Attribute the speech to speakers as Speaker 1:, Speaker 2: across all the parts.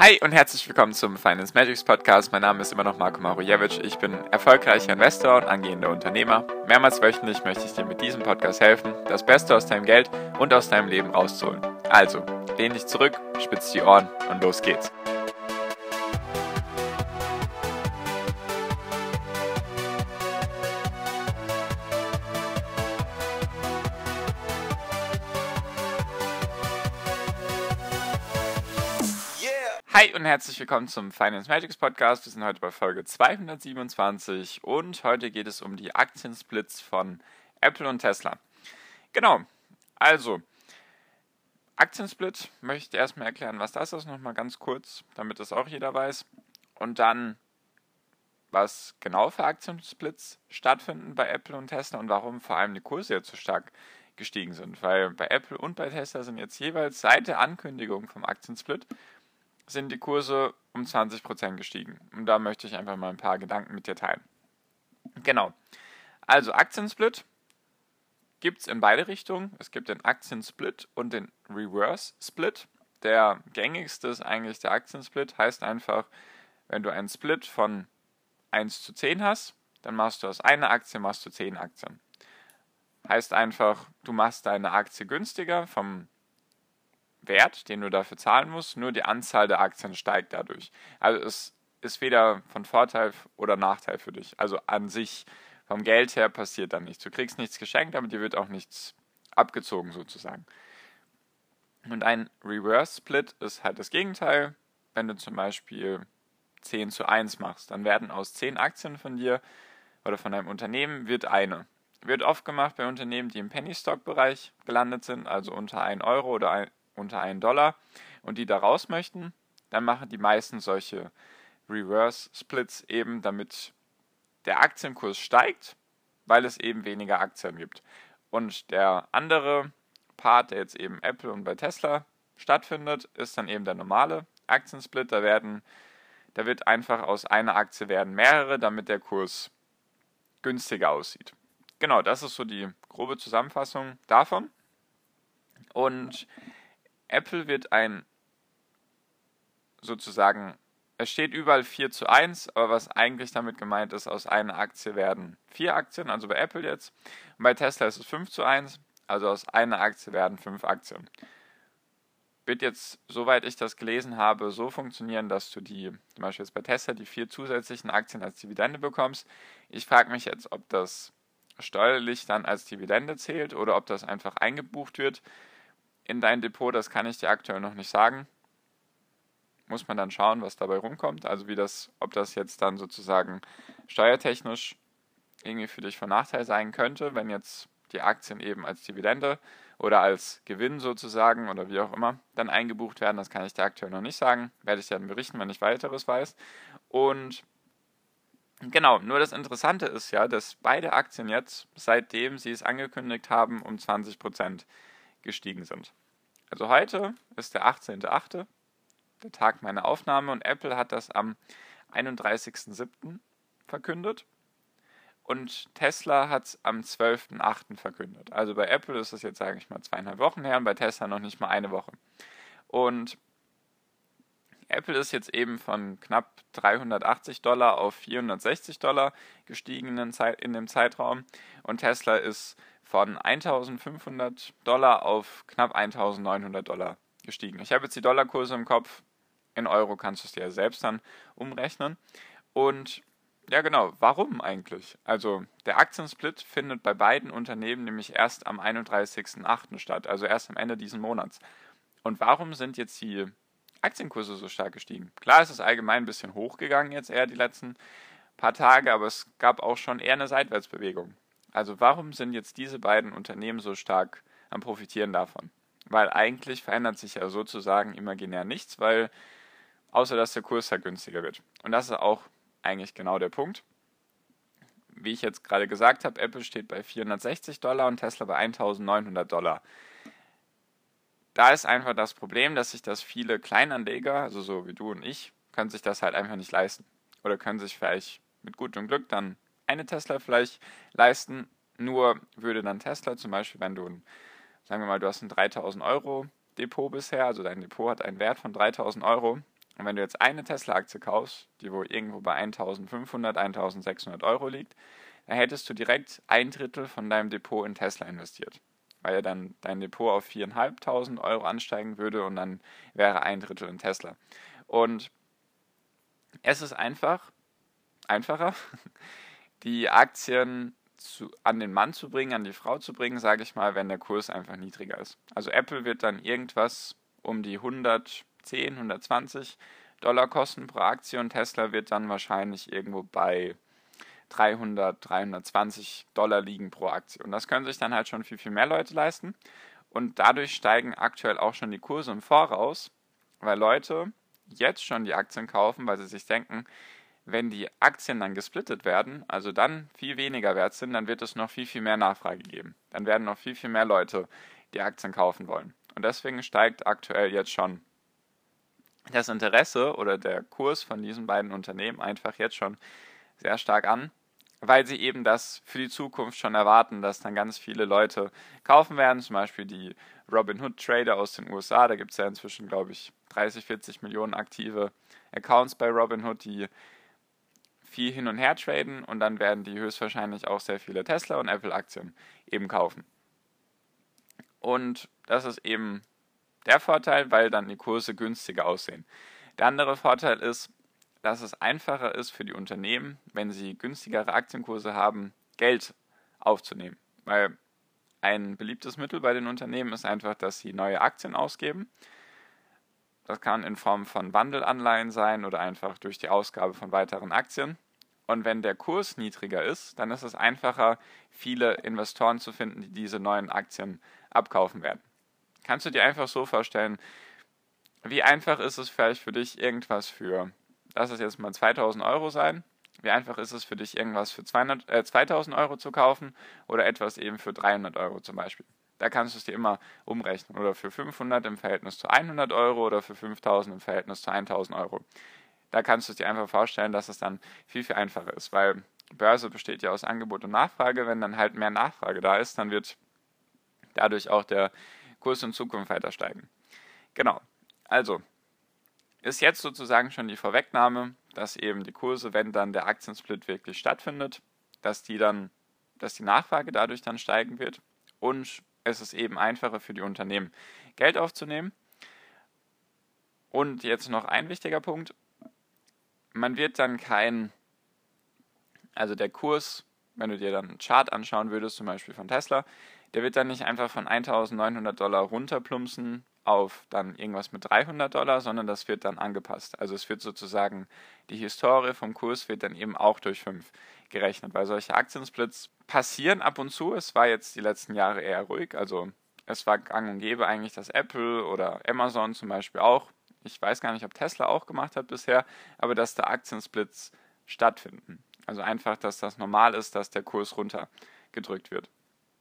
Speaker 1: Hi und herzlich willkommen zum Finance Magics Podcast. Mein Name ist immer noch Marko Marujewicz. Ich bin erfolgreicher Investor und angehender Unternehmer. Mehrmals wöchentlich möchte ich dir mit diesem Podcast helfen, das Beste aus deinem Geld und aus deinem Leben rauszuholen. Also, lehn dich zurück, spitz die Ohren und los geht's. Hi und herzlich willkommen zum Finance Magics Podcast. Wir sind heute bei Folge 227 und heute geht es um die Aktiensplits von Apple und Tesla. Genau, also Aktiensplit möchte ich erstmal erklären, was das ist, nochmal ganz kurz, damit das auch jeder weiß. Und dann, was genau für Aktiensplits stattfinden bei Apple und Tesla und warum vor allem die Kurse jetzt so stark gestiegen sind. Weil bei Apple und bei Tesla sind jetzt jeweils seit der Ankündigung vom Aktiensplit sind die Kurse um 20% gestiegen. Und da möchte ich einfach mal ein paar Gedanken mit dir teilen. Genau. Also Aktiensplit gibt es in beide Richtungen. Es gibt den Aktiensplit und den Reverse Split. Der gängigste ist eigentlich der Aktiensplit. Heißt einfach, wenn du einen Split von 1 zu 10 hast, dann machst du aus einer Aktie machst du 10 Aktien. Heißt einfach, du machst deine Aktie günstiger vom Wert, den du dafür zahlen musst, nur die Anzahl der Aktien steigt dadurch. Also es ist weder von Vorteil oder Nachteil für dich. Also an sich, vom Geld her passiert dann nichts. Du kriegst nichts geschenkt, aber dir wird auch nichts abgezogen sozusagen. Und ein Reverse Split ist halt das Gegenteil. Wenn du zum Beispiel 10 zu 1 machst, dann werden aus 10 Aktien von dir oder von deinem Unternehmen wird eine. Wird oft gemacht bei Unternehmen, die im Penny-Stock-Bereich gelandet sind, also unter 1 Euro oder unter $1 und die da raus möchten, dann machen die meisten solche Reverse Splits eben, damit der Aktienkurs steigt, weil es eben weniger Aktien gibt. Und der andere Part, der jetzt eben Apple und bei Tesla stattfindet, ist dann eben der normale Aktiensplit. Da wird einfach aus einer Aktie werden mehrere, damit der Kurs günstiger aussieht. Genau, das ist so die grobe Zusammenfassung davon. Und Apple wird es steht überall 4 zu 1, aber was eigentlich damit gemeint ist, aus einer Aktie werden 4 Aktien, also bei Apple jetzt. Und bei Tesla ist es 5 zu 1, also aus einer Aktie werden 5 Aktien. Wird jetzt, soweit ich das gelesen habe, so funktionieren, dass du zum Beispiel jetzt bei Tesla, die 4 zusätzlichen Aktien als Dividende bekommst. Ich frage mich jetzt, ob das steuerlich dann als Dividende zählt oder ob das einfach eingebucht wird in dein Depot, das kann ich dir aktuell noch nicht sagen. Muss man dann schauen, was dabei rumkommt. Also ob das jetzt dann sozusagen steuertechnisch irgendwie für dich von Nachteil sein könnte, wenn jetzt die Aktien eben als Dividende oder als Gewinn sozusagen oder wie auch immer dann eingebucht werden. Das kann ich dir aktuell noch nicht sagen. Werde ich dann berichten, wenn ich weiteres weiß. Und genau, nur das Interessante ist ja, dass beide Aktien jetzt, seitdem sie es angekündigt haben, um 20% gestiegen sind. Also heute ist der 18.08., der Tag meiner Aufnahme, und Apple hat das am 31.07. verkündet und Tesla hat es am 12.08. verkündet. Also bei Apple ist es jetzt, sage ich mal, 2,5 Wochen her und bei Tesla noch nicht mal eine Woche. Und Apple ist jetzt eben von knapp $380 auf $460 gestiegen in dem Zeitraum und Tesla ist von $1.500 auf knapp $1.900 gestiegen. Ich habe jetzt die Dollarkurse im Kopf. In Euro kannst du es dir ja selbst dann umrechnen. Und ja genau, warum eigentlich? Also der Aktiensplit findet bei beiden Unternehmen nämlich erst am 31.08. statt, also erst am Ende dieses Monats. Und warum sind jetzt die Aktienkurse so stark gestiegen? Klar, es ist allgemein ein bisschen hochgegangen jetzt eher die letzten paar Tage, aber es gab auch schon eher eine Seitwärtsbewegung. Also warum sind jetzt diese beiden Unternehmen so stark am Profitieren davon? Weil eigentlich verändert sich ja sozusagen imaginär nichts, außer dass der Kurs halt günstiger wird. Und das ist auch eigentlich genau der Punkt. Wie ich jetzt gerade gesagt habe, Apple steht bei $460 und Tesla bei $1.900. Da ist einfach das Problem, dass sich das viele Kleinanleger, also so wie du und ich, können sich das halt einfach nicht leisten. Oder können sich vielleicht mit gutem Glück dann eine Tesla vielleicht leisten. Nur würde dann Tesla zum Beispiel, wenn du sagen wir mal, du hast ein 3.000 Euro Depot bisher, also dein Depot hat einen Wert von 3.000 Euro Und wenn du jetzt eine Tesla-Aktie kaufst, die wohl irgendwo bei 1.500, 1.600 Euro liegt, dann hättest du direkt ein Drittel von deinem Depot in Tesla investiert. Weil ja dann dein Depot auf 4.500 Euro ansteigen würde und dann wäre ein Drittel in Tesla. Und es ist einfacher, die Aktien an den Mann zu bringen, an die Frau zu bringen, sage ich mal, wenn der Kurs einfach niedriger ist. Also Apple wird dann irgendwas um die 110, 120 Dollar kosten pro Aktie und Tesla wird dann wahrscheinlich irgendwo bei 300, 320 Dollar liegen pro Aktie. Und das können sich dann halt schon viel, viel mehr Leute leisten. Und dadurch steigen aktuell auch schon die Kurse im Voraus, weil Leute jetzt schon die Aktien kaufen, weil sie sich denken, wenn die Aktien dann gesplittet werden, also dann viel weniger wert sind, dann wird es noch viel, viel mehr Nachfrage geben. Dann werden noch viel, viel mehr Leute die Aktien kaufen wollen. Und deswegen steigt aktuell jetzt schon das Interesse oder der Kurs von diesen beiden Unternehmen einfach jetzt schon sehr stark an, weil sie eben das für die Zukunft schon erwarten, dass dann ganz viele Leute kaufen werden, zum Beispiel die Robinhood-Trader aus den USA, da gibt es ja inzwischen, glaube ich, 30, 40 Millionen aktive Accounts bei Robinhood, die viel hin und her traden und dann werden die höchstwahrscheinlich auch sehr viele Tesla- und Apple-Aktien eben kaufen. Und das ist eben der Vorteil, weil dann die Kurse günstiger aussehen. Der andere Vorteil ist, dass es einfacher ist für die Unternehmen, wenn sie günstigere Aktienkurse haben, Geld aufzunehmen. Weil ein beliebtes Mittel bei den Unternehmen ist einfach, dass sie neue Aktien ausgeben. Das kann in Form von Wandelanleihen sein oder einfach durch die Ausgabe von weiteren Aktien. Und wenn der Kurs niedriger ist, dann ist es einfacher, viele Investoren zu finden, die diese neuen Aktien abkaufen werden. Kannst du dir einfach so vorstellen, wie einfach ist es vielleicht für dich, irgendwas für, lass es jetzt mal 2.000 Euro sein, wie einfach ist es für dich, irgendwas für 2.000 Euro zu kaufen oder etwas eben für 300 Euro zum Beispiel. Da kannst du es dir immer umrechnen. Oder für 500 im Verhältnis zu 100 Euro oder für 5.000 im Verhältnis zu 1.000 Euro. Da kannst du es dir einfach vorstellen, dass es dann viel, viel einfacher ist, weil Börse besteht ja aus Angebot und Nachfrage. Wenn dann halt mehr Nachfrage da ist, dann wird dadurch auch der Kurs in Zukunft weiter steigen. Genau. Also ist jetzt sozusagen schon die Vorwegnahme, dass eben die Kurse, wenn dann der Aktiensplit wirklich stattfindet, dass die Nachfrage dadurch dann steigen wird und es ist eben einfacher für die Unternehmen, Geld aufzunehmen. Und jetzt noch ein wichtiger Punkt. Man wird dann also der Kurs, wenn du dir dann einen Chart anschauen würdest, zum Beispiel von Tesla, der wird dann nicht einfach von 1.900 Dollar runterplumpsen auf dann irgendwas mit 300 Dollar, sondern das wird dann angepasst. Also es wird sozusagen, die Historie vom Kurs wird dann eben auch durch 5 gerechnet, weil solche Aktiensplits passieren ab und zu. Es war jetzt die letzten Jahre eher ruhig, also es war gang und gäbe eigentlich, dass Apple oder Amazon zum Beispiel auch, ich weiß gar nicht, ob Tesla auch gemacht hat bisher, aber dass da Aktiensplits stattfinden. Also einfach, dass das normal ist, dass der Kurs runtergedrückt wird.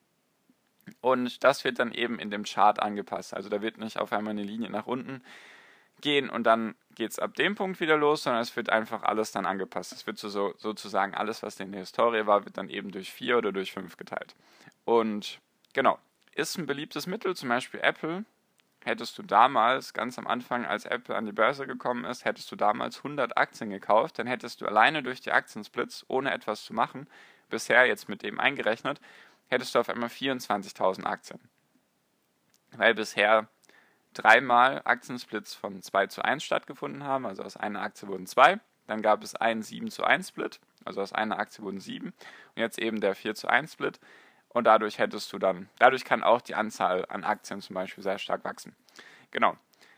Speaker 1: Und das wird dann eben in dem Chart angepasst. Also da wird nicht auf einmal eine Linie nach unten gehen und dann geht es ab dem Punkt wieder los, sondern es wird einfach alles dann angepasst. Es wird sozusagen alles, was in der Historie war, wird dann eben durch 4 oder durch 5 geteilt. Und genau, ist ein beliebtes Mittel, zum Beispiel Apple. Hättest du damals, ganz am Anfang, als Apple an die Börse gekommen ist, hättest du damals 100 Aktien gekauft, dann hättest du alleine durch die Aktiensplits, ohne etwas zu machen, bisher jetzt mit dem eingerechnet, hättest du auf einmal 24.000 Aktien. Weil bisher 3-mal Aktiensplits von 2:1 stattgefunden haben, also aus einer Aktie wurden 2, dann gab es einen 7:1 Split, also aus einer Aktie wurden 7 und jetzt eben der 4:1 Split und dadurch kann auch die Anzahl an Aktien zum Beispiel sehr stark wachsen. Genau.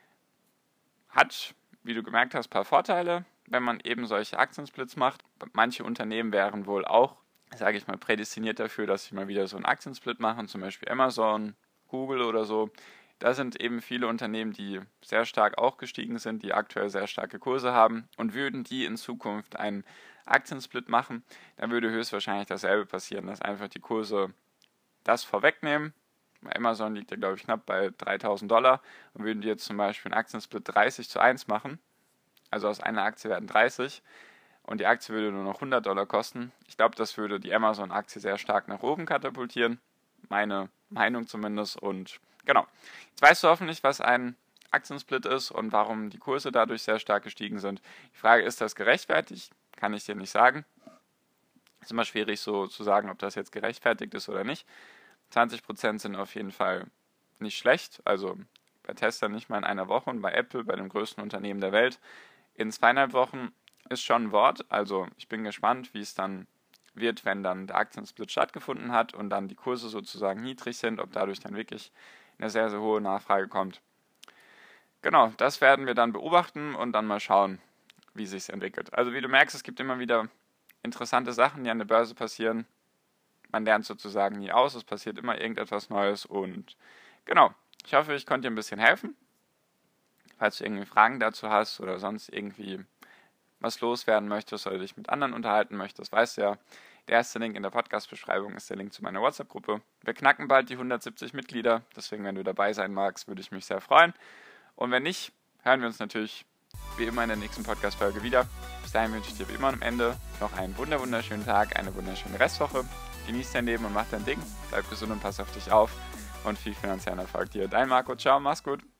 Speaker 1: Hat, wie du gemerkt hast, ein paar Vorteile, wenn man eben solche Aktiensplits macht. Manche Unternehmen wären wohl auch, sage ich mal, prädestiniert dafür, dass sie mal wieder so einen Aktiensplit machen, zum Beispiel Amazon, Google oder so. Da sind eben viele Unternehmen, die sehr stark auch gestiegen sind, die aktuell sehr starke Kurse haben und würden die in Zukunft einen Aktiensplit machen, dann würde höchstwahrscheinlich dasselbe passieren, dass einfach die Kurse das vorwegnehmen. Bei Amazon liegt ja, glaube ich, knapp bei 3.000 Dollar und würden die jetzt zum Beispiel einen Aktiensplit 30:1 machen, also aus einer Aktie werden 30 und die Aktie würde nur noch 100 Dollar kosten. Ich glaube, das würde die Amazon-Aktie sehr stark nach oben katapultieren, meine Meinung zumindest. Und genau, jetzt weißt du hoffentlich, was ein Aktiensplit ist und warum die Kurse dadurch sehr stark gestiegen sind. Die Frage, ist das gerechtfertigt? Kann ich dir nicht sagen. Ist immer schwierig so zu sagen, ob das jetzt gerechtfertigt ist oder nicht. 20% sind auf jeden Fall nicht schlecht, also bei Tesla nicht mal in einer Woche und bei Apple, bei dem größten Unternehmen der Welt, in 2,5 Wochen ist schon ein Wort. Also ich bin gespannt, wie es dann wird, wenn dann der Aktiensplit stattgefunden hat und dann die Kurse sozusagen niedrig sind, ob dadurch dann wirklich eine sehr, sehr hohe Nachfrage kommt. Genau, das werden wir dann beobachten und dann mal schauen, wie sich es entwickelt. Also wie du merkst, es gibt immer wieder interessante Sachen, die an der Börse passieren. Man lernt sozusagen nie aus, es passiert immer irgendetwas Neues und genau, ich hoffe, ich konnte dir ein bisschen helfen. Falls du irgendwie Fragen dazu hast oder sonst irgendwie was loswerden möchtest oder dich mit anderen unterhalten möchtest, weißt du ja, der erste Link in der Podcast-Beschreibung ist der Link zu meiner WhatsApp-Gruppe. Wir knacken bald die 170 Mitglieder, deswegen, wenn du dabei sein magst, würde ich mich sehr freuen. Und wenn nicht, hören wir uns natürlich wie immer in der nächsten Podcast-Folge wieder. Bis dahin wünsche ich dir wie immer am Ende noch einen wunderschönen Tag, eine wunderschöne Restwoche. Genieß dein Leben und mach dein Ding. Bleib gesund und pass auf dich auf. Und viel finanziellen Erfolg dir. Dein Marco, ciao, mach's gut.